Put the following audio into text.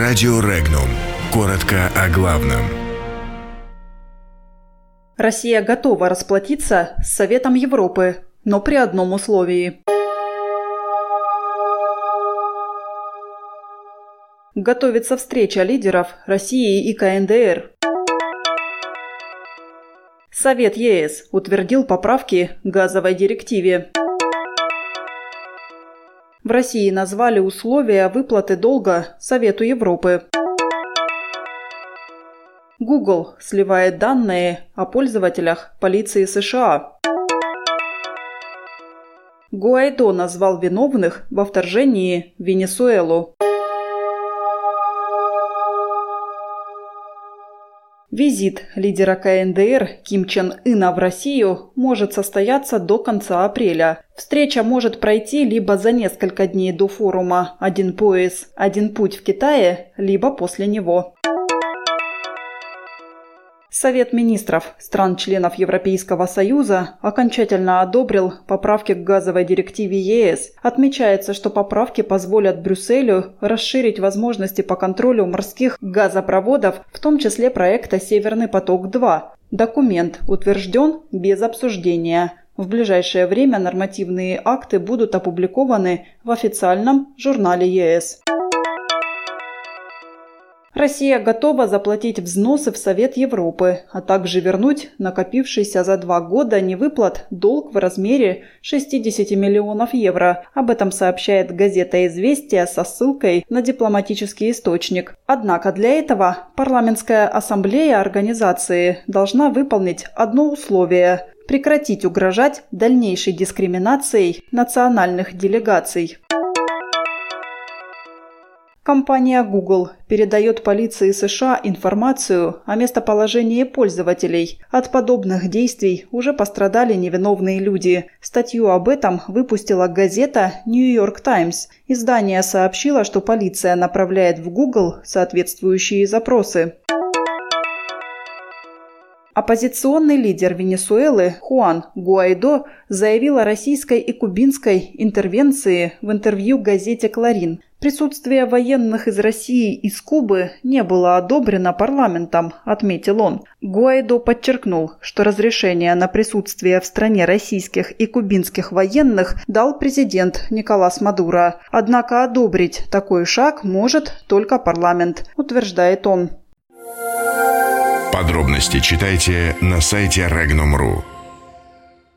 Радио Регнум. Коротко о главном. Россия готова расплатиться с Советом Европы, но при одном условии. Готовится встреча лидеров России и КНДР. Совет ЕС утвердил поправки к газовой директиве. В России назвали условия выплаты долга Совету Европы. Google сливает данные о пользователях полиции США. Гуайдо назвал виновных во вторжении в Венесуэлу. Визит лидера КНДР Ким Чен Ына в Россию может состояться до конца апреля. Встреча может пройти либо за несколько дней до форума «Один пояс, один путь» в Китае, либо после него. Совет министров стран-членов Европейского Союза окончательно одобрил поправки к газовой директиве ЕС. Отмечается, что поправки позволят Брюсселю расширить возможности по контролю морских газопроводов, в том числе проекта «Северный поток-2». Документ утвержден без обсуждения. В ближайшее время нормативные акты будут опубликованы в официальном журнале ЕС. Россия готова заплатить взносы в Совет Европы, а также вернуть накопившийся за 2 года невыплат долг в размере 60 миллионов евро. Об этом сообщает газета «Известия» со ссылкой на дипломатический источник. Однако для этого парламентская ассамблея организации должна выполнить одно условие – прекратить угрожать дальнейшей дискриминацией национальных делегаций. Компания Google передает полиции США информацию о местоположении пользователей. От подобных действий уже пострадали невиновные люди. Статью об этом выпустила газета New York Times. Издание сообщило, что полиция направляет в Google соответствующие запросы. Оппозиционный лидер Венесуэлы Хуан Гуайдо заявил о российской и кубинской интервенции в интервью газете «Кларин». Присутствие военных из России и из Кубы не было одобрено парламентом, отметил он. Гуайдо подчеркнул, что разрешение на присутствие в стране российских и кубинских военных дал президент Николас Мадуро. Однако одобрить такой шаг может только парламент, утверждает он. Подробности читайте на сайте Regnum.ru.